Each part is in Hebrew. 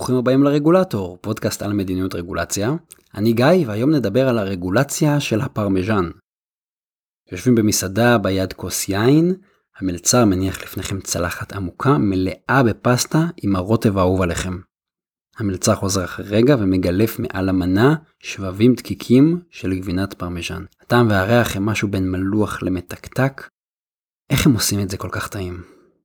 ברוכים הבאים לרגולטור, פודקאסט על מדיניות רגולציה. אני גיא, והיום נדבר על הרגולציה של הפרמיז'ן. יושבים במסעדה ביד כוס יין, המלצר מניח לפניכם צלחת עמוקה מלאה בפסטה עם הרוטב האהוב עליכם. המלצר חוזר אחרי רגע ומגלף מעל המנה שבבים דקיקים של גבינת פרמיז'ן. הטעם והריח הם משהו בין מלוח למתקתק. איך הם עושים את זה כל כך טעים?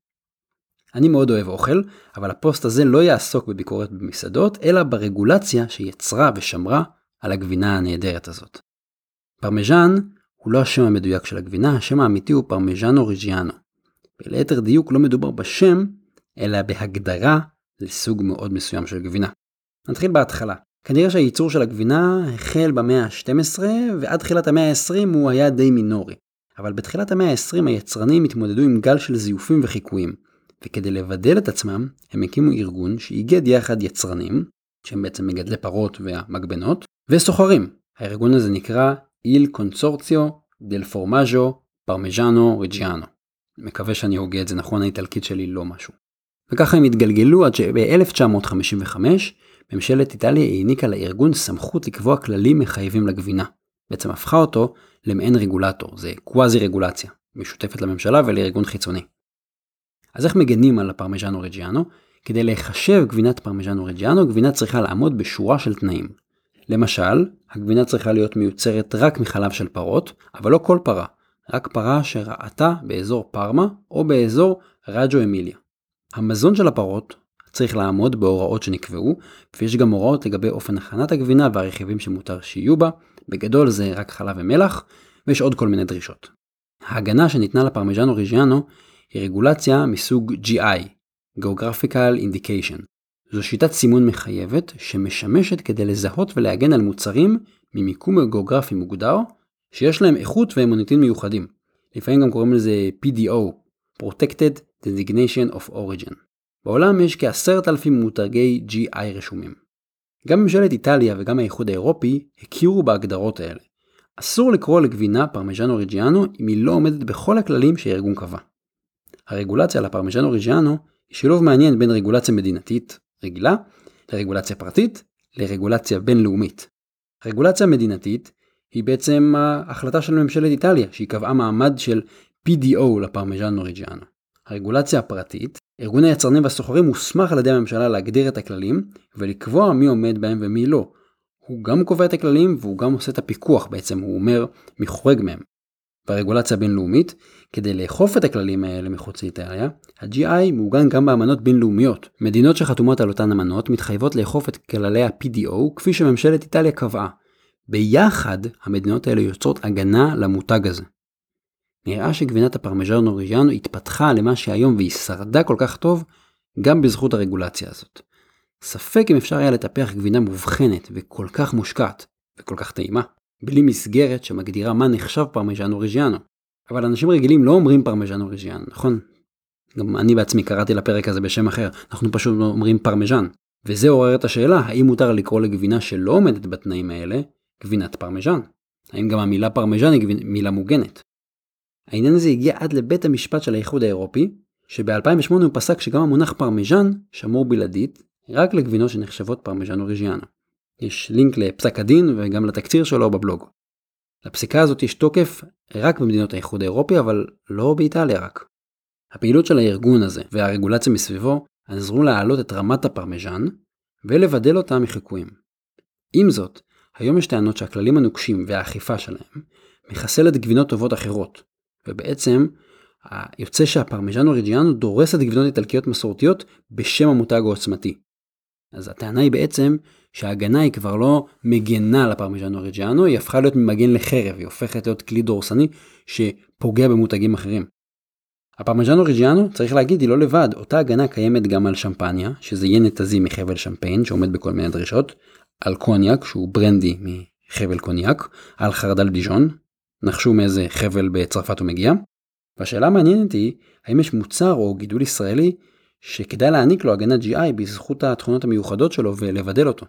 אני מאוד אוהב אוכל, אבל הפוסט הזה לא יעסוק בביקורת במסעדות, אלא ברגולציה שיצרה ושמרה על הגבינה הנהדרת הזאת. פרמיז'ן הוא לא השם המדויק של הגבינה, השם האמיתי הוא פרמיז'אנו ריג'יאנו. וליתר דיוק לא מדובר בשם, אלא בהגדרה לסוג מאוד מסוים של גבינה. נתחיל בהתחלה. כנראה שהייצור של הגבינה החל במאה ה-12, ועד תחילת המאה ה-20 הוא היה די מינורי. אבל בתחילת המאה ה-20 היצרנים התמודדו עם גל של זיופים וחיקויים. וכדי לבדל את עצמם, הם הקימו ארגון שאיגד יחד יצרנים, שהם בעצם מגדלי פרות והמגבנות, וסוחרים. הארגון הזה נקרא Il Consorzio del Formaggio Parmigiano Reggiano. מקווה שאני הוגה את זה נכון, האיטלקית שלי לא משהו. וככה הם התגלגלו עד שב-1955, ממשלת איטליה העניקה לארגון סמכות לקבוע כללים מחייבים לגבינה. בעצם הפכה אותו למעין רגולטור, זה קוואזי רגולציה, משותפת לממשלה ולארגון חיצוני. אז איך מגנים על הפרמיז'אנו ריג'יאנו? כדי להיחשב גבינת פרמיז'אנו ריג'יאנו, גבינה צריכה לעמוד בשורה של תנאים. למשל, הגבינה צריכה להיות מיוצרת רק מחלב של פרות, אבל לא כל פרה, רק פרה שראתה באזור פרמה או באזור רג'ו אמיליה. המזון של הפרות צריך לעמוד בהוראות שנקבעו, ויש גם הוראות לגבי אופן הכנת הגבינה והרכיבים שמותר שיהיו בה, בגדול זה רק חלב ומלח, ויש עוד כל מיני דרישות. ההגנה שניתנה לפרמיז'אנו ריג'יאנו היא רגולציה מסוג GI, Geographical Indication. זו שיטת סימון מחייבת שמשמשת כדי לזהות ולהגן על מוצרים ממיקום גיאוגרפי מוגדר שיש להם איכות ומוניטין מיוחדים. לפעמים גם קוראים לזה PDO, Protected Designation of Origin. בעולם יש כ10,000 מותגי GI רשומים. גם ממשלת איטליה וגם האיחוד האירופי הכירו בהגדרות האלה. אסור לקרוא לגבינה פרמיז'אנו ריג'יאנו אם היא לא עומדת בכל הכללים שהארגון קבע. הרגולציה לפרמיז'אנו ריג'יאנו היא שילוב מעניין בין רגולציה מדינתית רגילה לרגולציה פרטית לרגולציה בינלאומית. רגולציה מדינתית היא בעצם ההחלטה של ממשלת איטליה שהיא קבעה מעמד של PDO לפרמיז'אנו ריג'יאנו. הרגולציה הפרטית, ארגון היצרנים והסוחרים מוסמך על ידי הממשלה להגדיר את הכללים ולקבוע מי עומד בהם ומי לא. הוא גם קובע את הכללים והוא גם עושה את הפיקוח, בעצם הוא אומר מי חורג מהם. ברגולציה בינלאומית, כדי לאכוף את הכללים האלה מחוץ לאיטליה, ה-GI מעוגן גם באמנות בינלאומיות. מדינות שחתומות על אותן אמנות מתחייבות לאכוף את כללי ה-PDO כפי שממשלת איטליה קבעה. ביחד, המדינות האלה יוצרות הגנה למותג הזה. נראה שגבינת הפרמיז'אנו ריג'יאנו התפתחה למה שהיום והיא שרדה כל כך טוב, גם בזכות הרגולציה הזאת. ספק אם אפשר היה לטפח גבינה מובחנת וכל כך מושקעת וכל כך טעימה. בלי מסגרת שמגדירה מה נחשב פרמיז'אנו ריג'יאנו. אבל אנשים רגילים לא אומרים פרמיז'אנו ריג'יאנו, נכון? גם אני בעצמי קראתי לפרק הזה בשם אחר, אנחנו פשוט אומרים פרמיז'ן. וזה עורר את השאלה, האם מותר לקרוא לגבינה שלא עומדת בתנאים האלה, גבינת פרמיז'ן? האם גם המילה פרמיז'ן היא מילה מוגנת? העניין הזה הגיע עד לבית המשפט של האיחוד האירופי, שב-2008 הוא פסק שגם המונח פרמיז'ן שמור בלעדית, רק לגבינות שנחשבות פרמיז'אנו ריג'יאנו. יש לינק לפסק הדין וגם לתקציר שלו בבלוג. לפסיקה הזאת יש תוקף רק במדינות האיחוד האירופי, אבל לא באיטליה רק. הפעילות של הארגון הזה והרגולציה מסביבו עזרו להעלות את רמת הפרמיז'ן ולבדל אותה מחיקויים. עם זאת, היום יש טענות שהכללים הנוקשים והאכיפה שלהם מחסלת גבינות טובות אחרות, ובעצם יוצא שהפרמיז'אנו ריג'יאנו דורס את גבינות איטלקיות מסורתיות בשם המותג העוצמתי. אז הטענה היא בעצם שההגנה היא כבר לא מגנה לפרמיז'אנו ריג'יאנו, היא הפכה להיות ממגן לחרב, היא הופכת להיות כלי דורסני שפוגע במותגים אחרים. הפרמיז'אנו ריג'יאנו, צריך להגיד, היא לא לבד, אותה הגנה קיימת גם על שמפניה, שזה יין נתזי מחבל שמפיין, שעומד בכל מיני דרישות, על קוניאק, שהוא ברנדי מחבל קוניאק, על חרדל דיז'ון, נחשו מאיזה חבל בצרפת הוא מגיע, והשאלה המעניינת היא, האם יש מוצר או גידול ישראלי שכדאי להעניק לו הגנת GI בזכות התכונות המיוחדות שלו ולבדל אותו.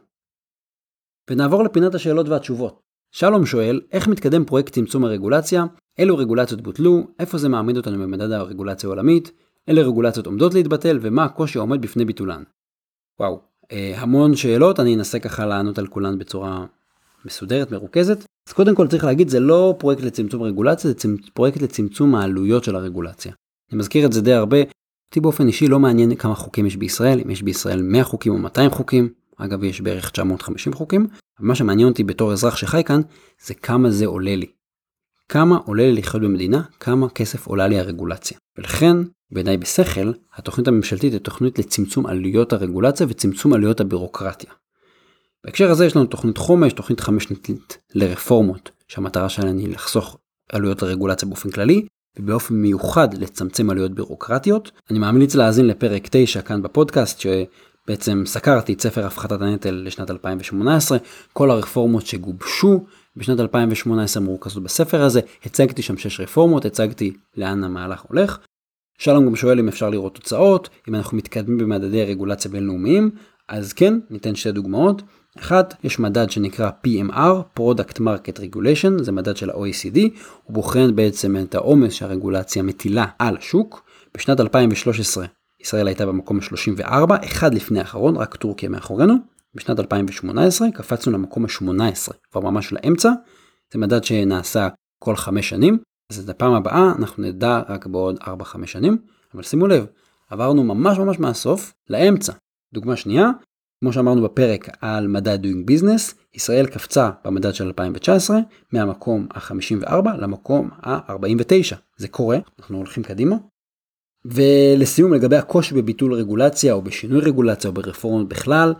ונעבור לפינת השאלות והתשובות. שלום שואל, איך מתקדם פרויקט צמצום הרגולציה? אילו רגולציות בוטלו? איפה זה מעמיד אותנו במדד הרגולציה העולמית? אילו רגולציות עומדות להתבטל? ומה הקושי העומד בפני ביטולן? וואו, המון שאלות, אני אנסה ככה לענות על כולן בצורה מסודרת, מרוכזת. אז קודם כל צריך להגיד, זה לא פרויקט לצמצום רגולציה, זה פרויקט לצמצום העלויות של הרגולציה. אני מזכיר את זה די הרבה, אותי באופן אישי לא מעניין כמה חוקים יש בישראל, אם יש בישראל 100 חוקים או 200 חוקים, אגב יש בערך 950 חוקים, אבל מה שמעניין אותי בתור אזרח שחי כאן, זה כמה זה עולה לי. כמה עולה לי לחיות במדינה, כמה כסף עולה לי הרגולציה. ולכן, בעיניי בשכל, התוכנית הממשלתית היא תוכנית לצמצום עלויות הרגולציה וצמצום עלויות הבירוקרטיה. בהקשר הזה יש לנו תוכנית חומש, תוכנית 5 שנתית לרפורמות, שהמטרה שלהן היא לחסוך עלויות הרגולציה באופן כללי, ובאופן מיוחד לצמצם עלויות בירוקרטיות. אני ממליץ להאזין לפרק 9 כאן בפודקאסט, שבעצם סקרתי את ספר הפחתת הנטל לשנת 2018, כל הרפורמות שגובשו בשנת 2018 מרוכזות בספר הזה, הצגתי שם 6 רפורמות, הצגתי לאן המהלך הולך. שלום גם שואל אם אפשר לראות תוצאות, אם אנחנו מתקדמים במדדי רגולציה בינלאומיים, אז כן, ניתן 2 דוגמאות. אחת, יש מדד שנקרא PMR, Product Market Regulation, זה מדד של ה-OECD, הוא בוחן בעצם את העומס שהרגולציה מטילה על השוק. בשנת 2013 ישראל הייתה במקום 34, אחד לפני האחרון, רק טורקיה מאחורינו. בשנת 2018 קפצנו למקום ה-18, כבר ממש לאמצע, זה מדד שנעשה כל 5 שנים, אז את הפעם הבאה אנחנו נדע רק בעוד 4-5 שנים, אבל שימו לב, עברנו ממש מהסוף לאמצע. דוגמה שנייה, כמו שאמרנו בפרק על מדד Doing Business, ישראל קפצה במדד של 2019 מהמקום ה-54 למקום ה-49. זה קורה, אנחנו הולכים קדימה. ולסיום, לגבי הקושי בביטול רגולציה או בשינוי רגולציה או ברפורמות בכלל,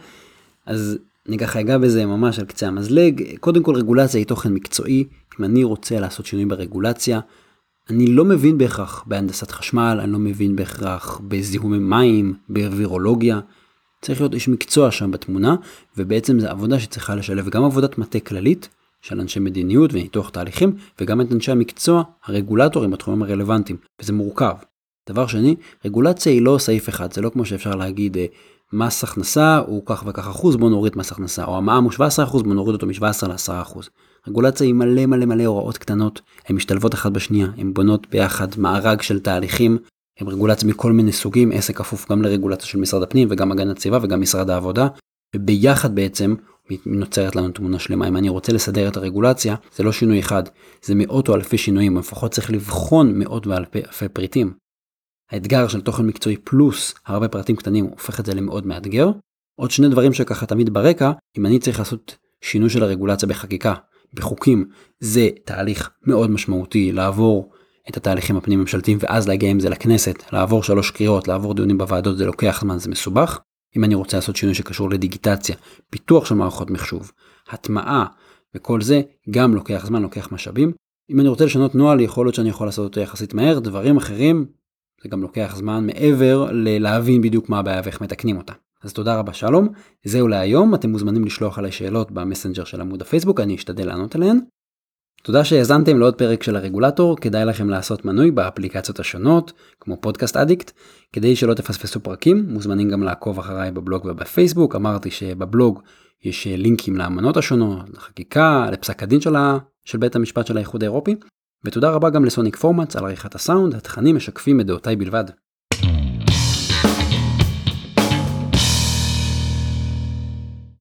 אז אני ככה אגע בזה ממש על קצה המזלג. קודם כל, רגולציה היא תוכן מקצועי. אם אני רוצה לעשות שינוי ברגולציה, אני לא מבין בהכרח בהנדסת חשמל, אני לא מבין בהכרח בזיהומי מים, בווירולוגיה. צריך להיות איש מקצוע שם בתמונה, ובעצם זו עבודה שצריכה לשלב גם עבודת מטה כללית של אנשי מדיניות וניתוח תהליכים, וגם את אנשי המקצוע, הרגולטורים בתחומים הרלוונטיים, וזה מורכב. דבר שני, רגולציה היא לא סעיף אחד, זה לא כמו שאפשר להגיד, מס הכנסה הוא כך וכך אחוז, בוא נוריד מס הכנסה, או המע"מ הוא 17%, בוא נוריד אותו מ-17 ל-10%. רגולציה היא מלא הוראות קטנות, הן משתלבות אחת בשנייה, הן בונות ביחד מארג של תהליכים, הן רגולציה מכל מיני סוגים, עסק כפוף גם לרגולציה של משרד הפנים וגם הגנת הסביבה וגם משרד העבודה, וביחד בעצם נוצרת לנו תמונה שלמה. אם אני רוצה לסדר את הרגולציה, זה לא שינוי אחד, זה מאות או אלפי שינויים, לפחות צריך לבחון מאות ואלפי פריטים. האתגר של תוכן מקצועי פלוס הרבה פרטים קטנים הופך את זה למאוד מאתגר. עוד 2 דברים שככה תמיד ברקע, אם אני צריך לעשות שינוי של הרגולציה בחקיקה, בחוקים, זה תהליך מאוד משמעותי, לעבור את התהליכים הפנים ממשלתיים ואז להגיע עם זה לכנסת, לעבור 3 קריאות, לעבור דיונים בוועדות, זה לוקח זמן, זה מסובך. אם אני רוצה לעשות שינוי שקשור לדיגיטציה, פיתוח של מערכות מחשוב, הטמעה וכל זה גם לוקח זמן, לוקח משאבים. אם אני רוצה לשנות נוהל, יכול להיות שאני יכול לעשות אותו יחסית מהר, דברים אחרים, זה גם לוקח זמן מעבר להבין בדיוק מה הבעיה ואיך מתקנים אותה. אז תודה רבה, שלום. זהו להיום, אתם מוזמנים לשלוח עליי שאלות במסנג'ר של עמוד הפייסבוק, אני אשתדל לענות עליהן. תודה שהאזנתם לעוד פרק של הרגולטור, כדאי לכם לעשות מנוי באפליקציות השונות, כמו פודקאסט אדיקט, כדי שלא תפספסו פרקים, מוזמנים גם לעקוב אחריי בבלוג ובפייסבוק, אמרתי שבבלוג יש לינקים לאמנות השונות, לחקיקה, לפסק הדין של בית המשפט של האיחוד האירופי, ותודה רבה גם לסוניק פורמטס על עריכת הסאונד, התכנים משקפים את דעותיי בלבד.